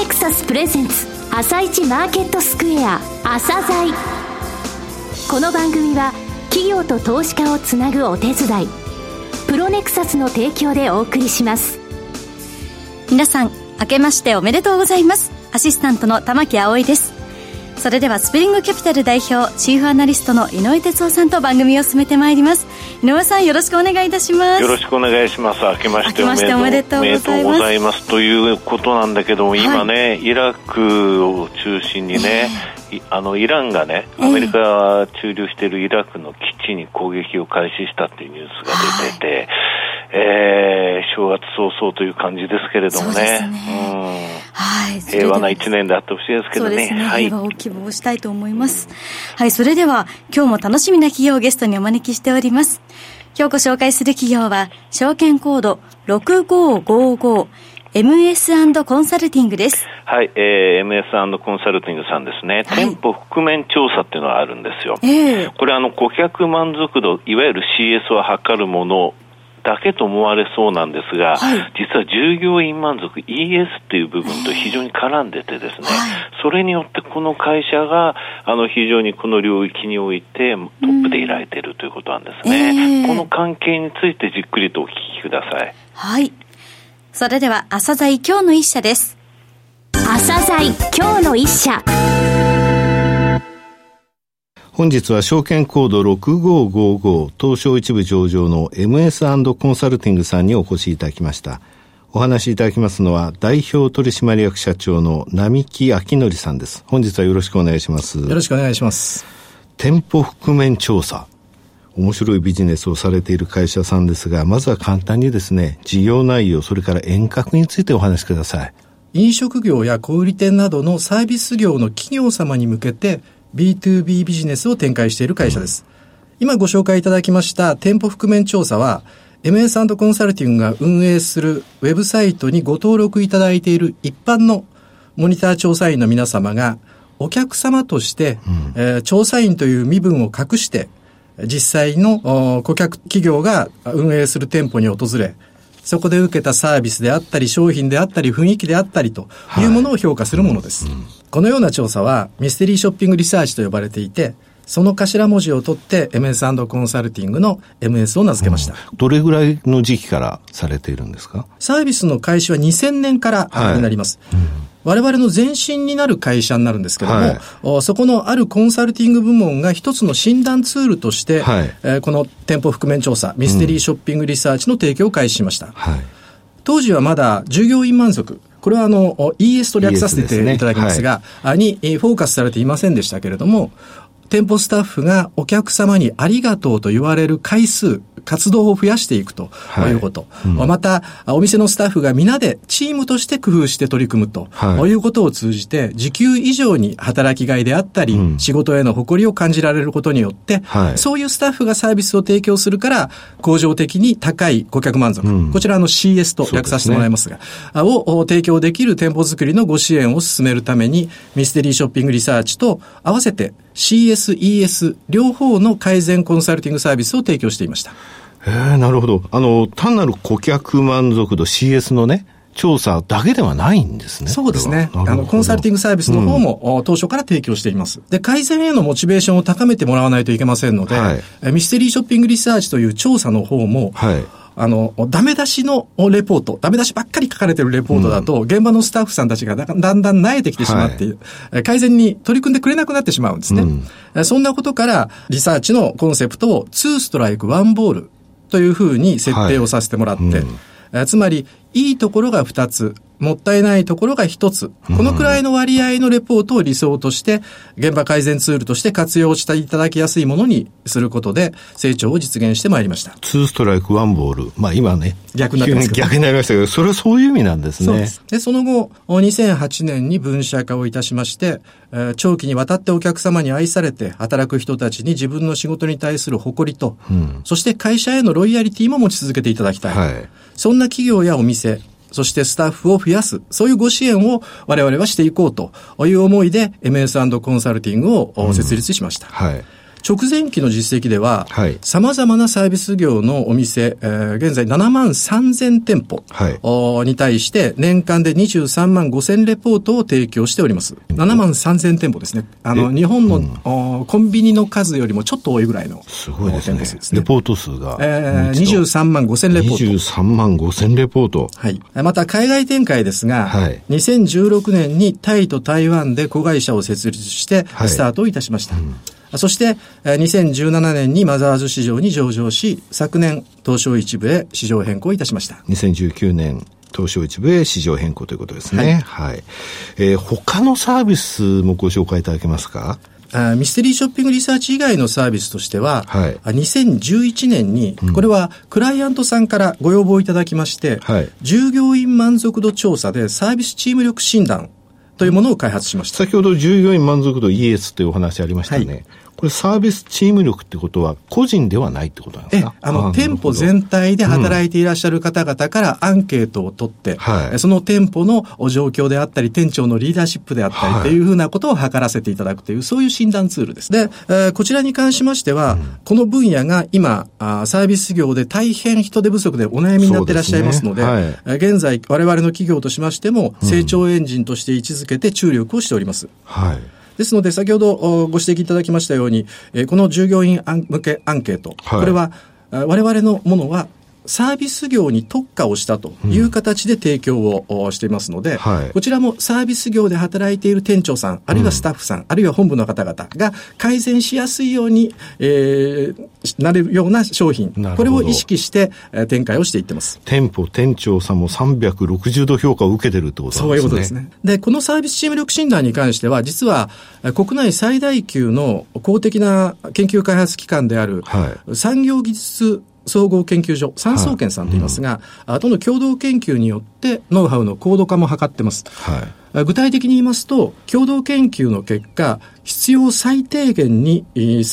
ネクサスプレゼンツ朝一マーケットスクエア朝鮮。この番組は企業と投資家をつなぐお手伝い、プロネクサスの提供でお送りします。 皆さん明けましておめでとうございます。アシスタントの玉木葵です。それではスプリングキャピタル代表チーフアナリストの井上哲夫さんと番組を進めてまいります。井上さん、よろしくお願いいたします。 よろしくお願いします。明けましておめでとうございますということなんだけども、今ね、イラクを中心にね、イランがね、アメリカが駐留しているイラクの基地に攻撃を開始したっていうニュースが出てて、正月早々という感じですけれどもね、平和な一年であってほしいですけどね。 そうですね、平和を希望したいと思います。はい、それでは今日も楽しみな企業をゲストにお招きしております。今日ご紹介する企業は証券コード6555 MS& コンサルティングです。 はい、MS& コンサルティングさんですね、はい、店舗覆面調査っていうのがあるんですよ。これ顧客満足度、いわゆる CS を測るものだけと思われそうなんですが、実は従業員満足 ES っていう部分と非常に絡んでてですね、それによってこの会社が非常にこの領域においてトップでいられているということなんですね。この関係についてじっくりとお聞きください。 はい、それでは朝鮮今日の一社です。 朝鮮今日の一社。 本日は証券コード6555東証一部上場の MS& コンサルティングさんにお越しいただきました。お話しいただきますのは代表取締役社長の並木明則さんです。本日はよろしくお願いします。 よろしくお願いします。 店舗覆面調査、面白いビジネスをされている会社さんですが、まずは簡単にですね、事業内容、それから遠隔についてお話しください。 飲食業や小売店などのサービス業の企業様に向けてB2B ビジネスを展開している会社です。今ご紹介いただきました店舗覆面調査は MS& コンサルティングが運営するウェブサイトにご登録いただいている一般のモニター調査員の皆様がお客様として、調査員という身分を隠して実際の顧客企業が運営する店舗に訪れ、そこで受けたサービスであったり商品であったり雰囲気であったりというものを評価するものです。このような調査はミステリーショッピングリサーチと呼ばれていて、その頭文字を取って MS& コンサルティングの MS を名付けました。 どれぐらいの時期からされているんですか？ サービスの開始は2000年からになります。我々の前身になる会社になるんですけども、そこのあるコンサルティング部門が一つの診断ツールとして、この店舗覆面調査、ミステリーショッピングリサーチの提供を開始しました。当時はまだ従業員満足、これはES と略させていただきますが、にフォーカスされていませんでしたけれども、店舗スタッフがお客様にありがとうと言われる回数、活動を増やしていくということ。また、お店のスタッフが皆でチームとして工夫して取り組むということを通じて、時給以上に働きがいであったり、仕事への誇りを感じられることによって、そういうスタッフがサービスを提供するから、恒常的に高い顧客満足。こちらCS と略させてもらいますが、を提供できる店舗作りのご支援を進めるために、ミステリーショッピングリサーチと合わせて、CS、ES 両方の改善コンサルティングサービスを提供していました。 なるほど。単なる顧客満足度 CS のね、調査だけではないんですね。 そうですね。コンサルティングサービスの方も、当初から提供しています。で、改善へのモチベーションを高めてもらわないといけませんので、ミステリーショッピングリサーチという調査の方も、ダメ出しのレポート、ダメ出しばっかり書かれているレポートだと、現場のスタッフさんたちがだんだん慣れてきてしまって、改善に取り組んでくれなくなってしまうんですね。そんなことから、リサーチのコンセプトを2ストライク1ボールというふうに設定をさせてもらって、つまり、いいところが2つ、もったいないところが1つ。このくらいの割合のレポートを理想として、現場改善ツールとして活用していただきやすいものにすることで、成長を実現してまいりました。 2ストライク1ボール。今ね。 逆になってますけど。 逆になりましたけど、それはそういう意味なんですね。 そうです。で、その後、2008年に分社化をいたしまして、長期にわたってお客様に愛されて、働く人たちに自分の仕事に対する誇りと、そして会社へのロイヤリティも持ち続けていただきたい。そんな企業やお店、そしてスタッフを増やす、そういうご支援を我々はしていこうという思いで MS& コンサルティングを設立しました。 直前期の実績では、様々なサービス業のお店、現在7万3000店舗、に対して年間で23万5000レポートを提供しております。7万3000店舗ですね。日本の、コンビニの数よりもちょっと多いぐらいのすごいですね。レポート数が、 23万5000レポート。 23万5000レポート。 はい。また海外展開ですが、2016年にタイと台湾で子会社を設立してスタートをいたしました。そして、2017年にマザーズ市場に上場し、昨年、東証一部へ市場変更いたしました。 2019年、東証一部へ市場変更ということですね。他のサービスもご紹介いただけますか？ ミステリーショッピングリサーチ以外のサービスとしては、2011年に、これはクライアントさんからご要望いただきまして、従業員満足度調査でサービスチーム力診断というものを開発しました。 先ほど従業員満足度 ES というお話ありましたね。これサービスチーム力ってことは個人ではないってことなんですか？ 店舗全体で働いていらっしゃる方々からアンケートを取って、その店舗の状況であったり、店長のリーダーシップであったりというふうなことを測らせていただくという、そういう診断ツールです。で、こちらに関しましては、この分野が今、サービス業で大変人手不足でお悩みになっていらっしゃいますので、現在我々の企業としましても、成長エンジンとして位置づけて注力をしております。ですので、先ほどご指摘いただきましたように、この従業員向けアンケート、これは我々のものはサービス業に特化をしたという形で提供をしていますので、こちらもサービス業で働いている店長さん、あるいはスタッフさん、あるいは本部の方々が改善しやすいように、なれるような商品、これを意識して展開をしていってます。 店舗、店長さんも360度評価を受けてるってことなんですね。 そういうことですね。で、このサービスチーム力診断に関しては、実は国内最大級の公的な研究開発機関である、産業技術総合研究所、産総研さんと言いますが、との共同研究によってノウハウの高度化も図ってます。具体的に言いますと、共同研究の結果、必要最低限に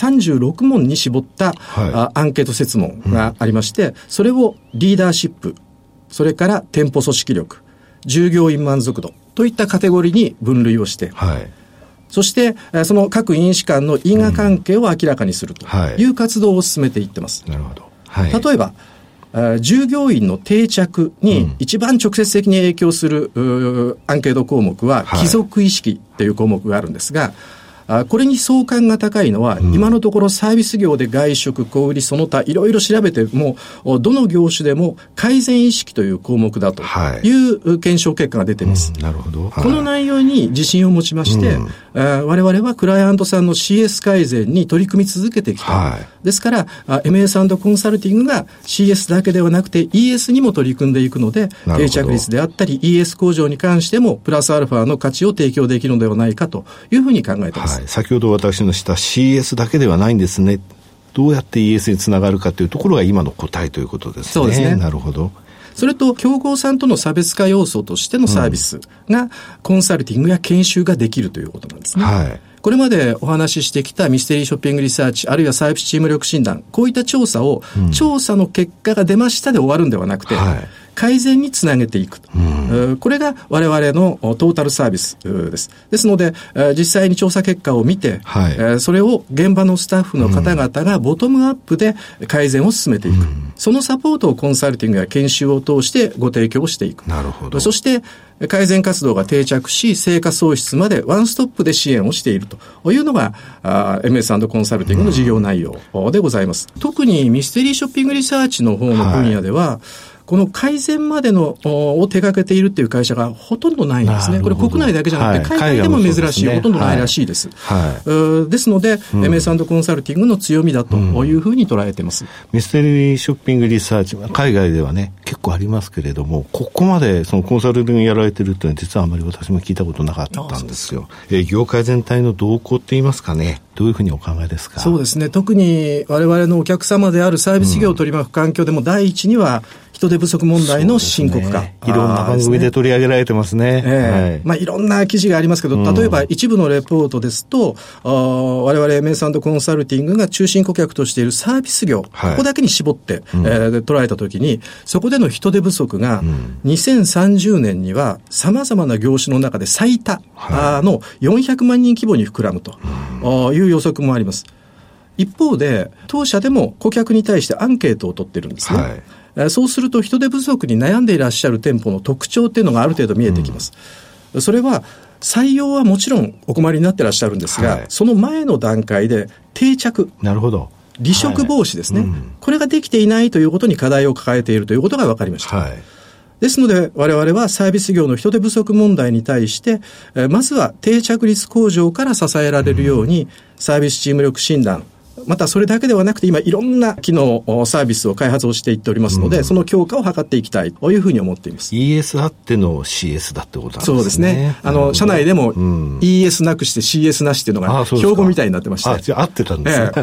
36問に絞った、アンケート設問がありまして、それをリーダーシップ、それから店舗組織力、従業員満足度といったカテゴリーに分類をして、そして、その各因子間の因果関係を明らかにするという活動を進めていってます。 なるほど。 例えば、従業員の定着に一番直接的に影響するアンケート項目は、帰属意識という項目があるんですが、これに相関が高いのは、今のところサービス業で外食、小売、その他、いろいろ調べても、どの業種でも改善意識という項目だという検証結果が出ています。 なるほど。 この内容に自信を持ちまして、我々はクライアントさんの CS 改善に取り組み続けてきた。ですから、MS& コンサルティングが CS だけではなくて ES にも取り組んでいくので、定着率であったり ES 向上に関してもプラスアルファの価値を提供できるのではないかというふうに考えています。 先ほど私のした CS だけではないんですね。どうやって ES につながるかというところが今の答えということですね。 そうですね。 なるほど。 それと競合さんとの差別化要素としてのサービスがコンサルティングや研修ができるということなんですね。これまでお話ししてきたミステリーショッピングリサーチ、あるいはサービスチーム力診断、こういった調査を、調査の結果が出ましたで終わるんではなくて、改善につなげていく。これが我々のトータルサービスです。ですので、実際に調査結果を見て、それを現場のスタッフの方々がボトムアップで改善を進めていく。そのサポートをコンサルティングや研修を通してご提供していく。 なるほど。 そして改善活動が定着し、成果創出までワンストップで支援をしているというのがMS& コンサルティングの事業内容でございます。特にミステリーショッピングリサーチの方の分野では、この改善までのを手掛けているっていう会社がほとんどないんですね。これ国内だけじゃなくて、海外でも珍しい、ほとんどないらしいです。ですので、MS& コンサルティングの強みだというふうに捉えています。 ミステリーショッピングリサーチは海外ではね、結構ありますけれども、ここまでそのコンサルティングやられてるっていうのは実はあまり私も聞いたことなかったんですよ。業界全体の動向って言いますかね、どういうふうにお考えですか？ そうですね。特に我々のお客様であるサービス業を取り巻く環境でも第一には人手不足問題の深刻化、 いろんな番組で取り上げられてますね。 いろんな記事がありますけど、例えば一部のレポートですと、我々 MS& コンサルティングが中心顧客としているサービス業、ここだけに絞って、捉えたときに、そこでの人手不足が2030年には様々な業種の中で最多の400万人規模に膨らむという予測もあります。 一方で当社でも顧客に対してアンケートを取ってるんですね、はい、そうすると人手不足に悩んでいらっしゃる店舗の特徴っていうのがある程度見えてきます、それは採用はもちろんお困りになってらっしゃるんですが、はい、その前の段階で定着、 なるほど、 離職防止ですね、はい、これができていないということに課題を抱えているということが分かりました、はい、ですので我々はサービス業の人手不足問題に対して、まずは定着率向上から支えられるように、サービスチーム力診断、またそれだけではなくて今いろんな機能サービスを開発をしていっておりますので、その強化を図っていきたいというふうに思っています。 ES あっての CS だってことなんですね。 そうですね、社内でも ES なくして CS なしっていうのが標語みたいになってまして、 じゃあ合ってたんですね、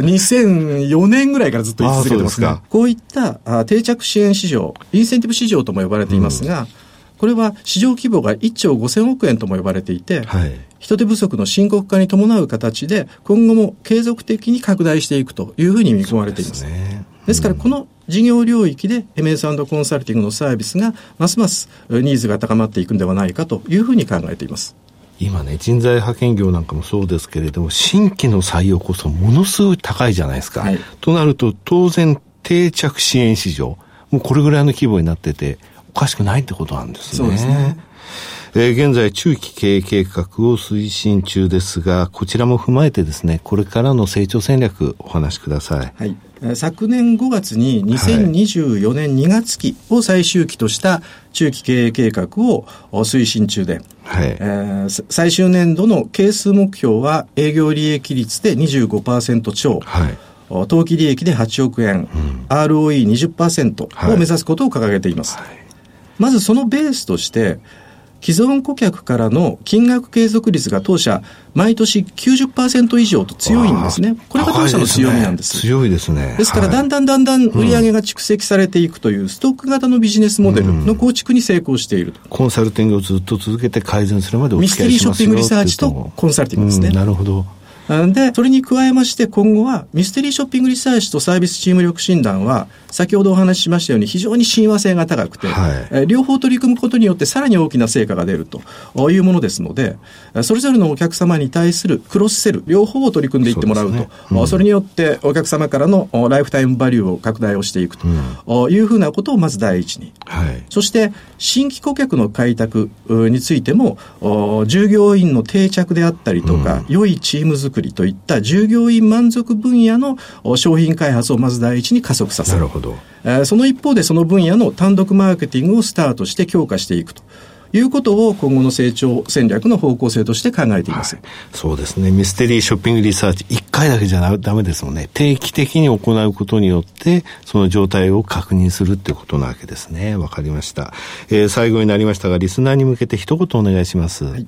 2004年ぐらいからずっと言い続けてますが、こういった定着支援市場、インセンティブ市場とも呼ばれていますが、これは市場規模が1兆5000億円とも呼ばれていて、はい、人手不足の深刻化に伴う形で今後も継続的に拡大していくというふうに見込まれています。ですからこの事業領域で MS& コンサルティングのサービスがますますニーズが高まっていくんではないかというふうに考えています。 今ね、人材派遣業なんかもそうですけれども、新規の採用コストものすごい高いじゃないですか、はい、となると当然定着支援市場もうこれぐらいの規模になってておかしくないってことなんですね。 そうですね。 現在中期経営計画を推進中ですが、こちらも踏まえてですね、これからの成長戦略お話しください。 はい、昨年5月に2024年2月期を最終期とした中期経営計画を推進中で、はい、最終年度の係数目標は営業利益率で 25% 超、はい、当期利益で8億円、ROE20% を目指すことを掲げています、はい、まずそのベースとして既存顧客からの金額継続率が当社毎年 90% 以上と強いんですね。これが当社の強みなんです。 強いですね。 ですからだんだん売り上げが蓄積されていくというストック型のビジネスモデルの構築に成功していると、 コンサルティングをずっと続けて改善するまでお付き合いしますよ。 ミステリーショッピングリサーチとコンサルティングですね。 なるほど。 で、それに加えまして今後はミステリーショッピングリサーチとサービスチーム力診断は先ほどお話ししましたように非常に親和性が高くて、はい、両方取り組むことによってさらに大きな成果が出るというものですので、それぞれのお客様に対するクロスセル両方を取り組んでいってもらうと、それによってお客様からのライフタイムバリューを拡大をしていくというふうなことをまず第一に、はい、そして新規顧客の開拓についても従業員の定着であったりとか、良いチーム作りといった従業員満足分野の商品開発をまず第一に加速させる。 なるほど。 その一方でその分野の単独マーケティングをスタートして強化していくということを今後の成長戦略の方向性として考えています、はい、 そうですね。ミステリーショッピングリサーチ1回だけじゃダメですもんね。定期的に行うことによってその状態を確認するっていうことなわけですね。わかりました、最後になりましたがリスナーに向けて一言お願いします、はい。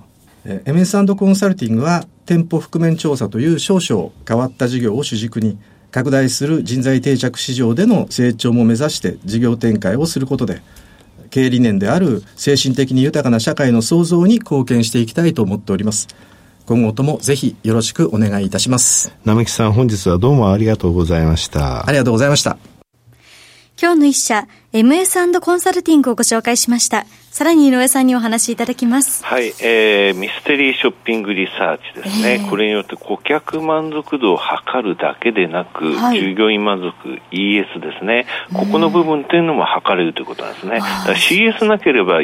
MS& コンサルティングは店舗覆面調査という少々変わった事業を主軸に拡大する人材定着市場での成長も目指して事業展開をすることで経営理念である精神的に豊かな社会の創造に貢献していきたいと思っております。今後ともぜひよろしくお願いいたします。 並木さん、本日はどうもありがとうございました。 ありがとうございました。 今日の一社 MS& コンサルティングをご紹介しました。さらに井上さんにお話しいただきます。 はい、ミステリーショッピングリサーチですね、これによって顧客満足度を測るだけでなく、はい、従業員満足 ES ですね、ここの部分っていうのも測れるということなんですね。だから CS なければ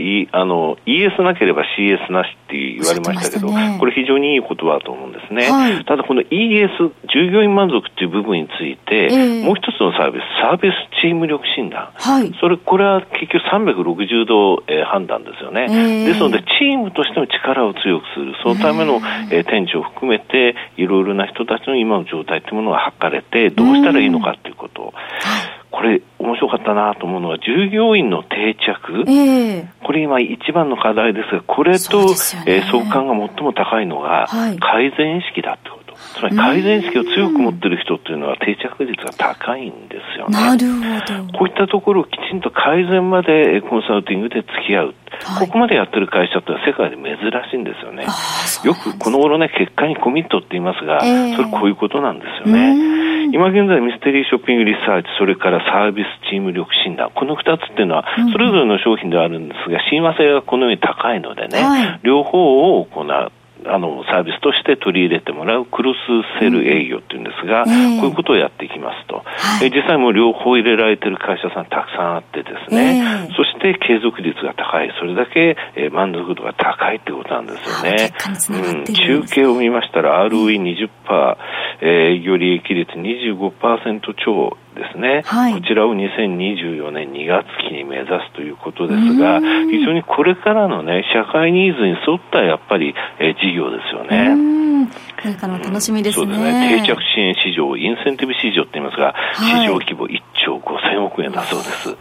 ES なければ CS なしって言われましたけど、これ非常にいい言葉だと思うんですね、はい、ただこの ES 従業員満足っていう部分について、もう一つのサービスチーム力診断、はい、これは結局360度、判断ですよね、ですのでチームとしての力を強くする、そのための、店長を含めていろいろな人たちの今の状態というものが測れてどうしたらいいのかということを、これ面白かったなと思うのは従業員の定着、これ今一番の課題ですが、これと、相関が最も高いのが、改善意識だということ。つまり改善意識を強く持っている人っていうのは定着率が高いんですよね。 なるほど。 こういったところをきちんと改善までコンサルティングで付き合う、ここまでやってる会社って世界で珍しいんですよね。よくこの頃ね、結果にコミットって言いますが、それこういうことなんですよね。今現在ミステリーショッピングリサーチ、それからサービスチーム力診断、この2つっていうのはそれぞれの商品ではあるんですが、親和性がこのように高いのでね、両方を行う。 サービスとして取り入れてもらうクロスセル営業っていうんですが、こういうことをやっていきますと、実際もう両方入れられている会社さんたくさんあってですね、そして継続率が高い、それだけ、満足度が高いということなんですよね。中継を見ましたら ROE20%、営業利益率 25% 超ですね、こちらを2024年2月期に目指すということですが、非常にこれからのね、社会ニーズに沿ったやっぱり、事業ですよね。 これからの楽しみですね。 そうですね。定着支援市場、インセンティブ市場って言いますが、市場規模1兆5000億円だそうです。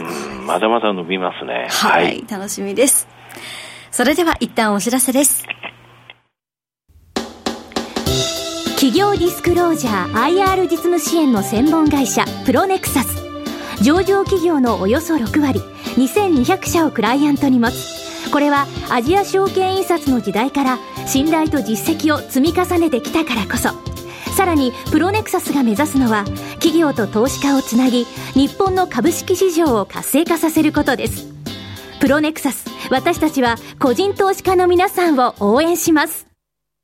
まだまだ伸びますね。 はい、楽しみです。それでは一旦お知らせです。 企業ディスクロージャー IR 実務支援の専門会社プロネクサス、上場企業のおよそ6割2200社をクライアントに持つ。これはアジア証券印刷の時代から信頼と実績を積み重ねてきたからこそ、さらにプロネクサスが目指すのは企業と投資家をつなぎ、日本の株式市場を活性化させることです。プロネクサス、私たちは個人投資家の皆さんを応援します。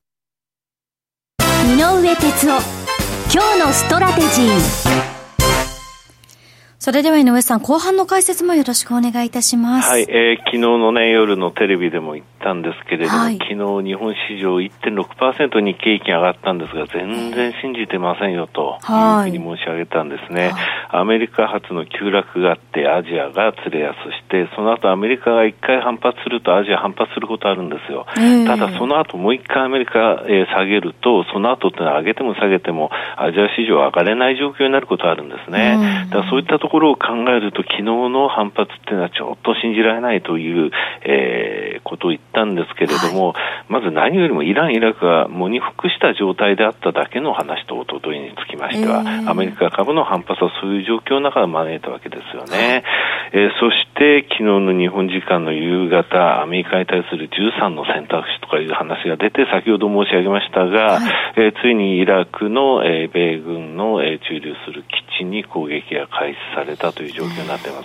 井上哲夫、今日のストラテジー。 それでは井上さん、後半の解説もよろしくお願いいたします。 はい、昨日のね、夜のテレビでも言ったんですけれども、昨日日本市場 1.6% 日経平均上がったんですが、全然信じてませんよというふうに申し上げたんですね。アメリカ発の急落があって、アジアがつれ安して、その後アメリカが一回反発するとアジア反発することあるんですよ。ただその後もう一回アメリカ、下げると、その後ってのは上げても下げてもアジア市場は上がれない状況になることあるんですね。だからそういったところを考えると、昨日の反発っていうのはちょっと信じられないという、ことを言ったんですけれども、まず何よりもイラン・イラクが喪に服した状態であっただけの話と一昨日につきましては、アメリカ株の反発はそういう状況の中で招いたわけですよね。そして昨日の日本時間の夕方、アメリカに対する13の選択肢とかいう話が出て、先ほど申し上げましたが、ついにイラクの、米軍の、駐留する基地に攻撃が開始されたという状況になっています。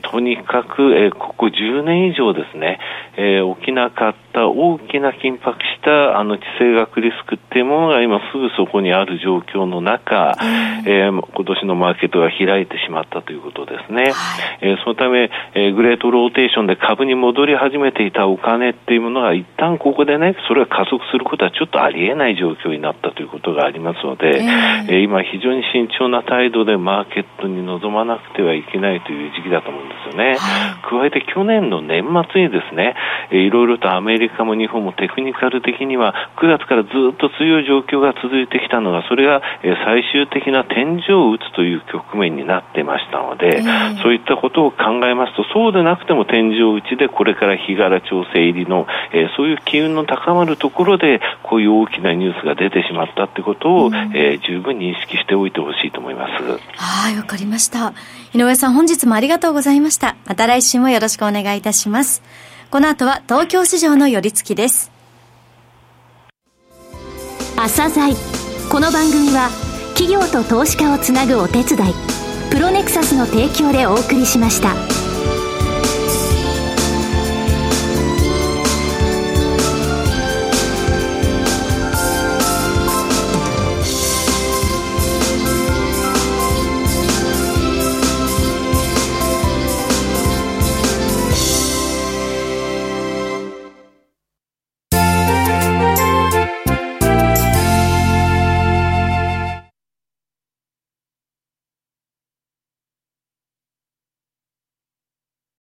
とにかく、ここ10年以上ですね、起きなかった大きな緊迫した地政学リスクっていうものが今すぐそこにある状況の中、今年のマーケットが開いてしまったということですね。そのため、グレートローテーションで株に戻り始めていたお金っていうものが一旦ここでね、それが加速することはちょっとありえない状況になったということがありますので、今非常に慎重な態度でマーケットに臨まなくてはいけないという時期だと思うんですよね。加えて去年の年末にですね、いろいろとアメリカも日本もテクニカル的には9月からずっと強い状況が続いてきたのが、それが最終的な天井を打つという局面になってましたので、そういったことを考えますと、そうでなくても天井打ちでこれから日柄調整入りの、そういう機運の高まるところでこういう大きなニュースが出てしまったってことを、十分認識しておいてほしいと思います。 はい、わかりました。井上さん、本日もありがとうございました。また来週もよろしくお願いいたします。この後は東京市場の寄り付きです。 朝鮮。この番組は企業と投資家をつなぐお手伝い、プロネクサスの提供でお送りしました。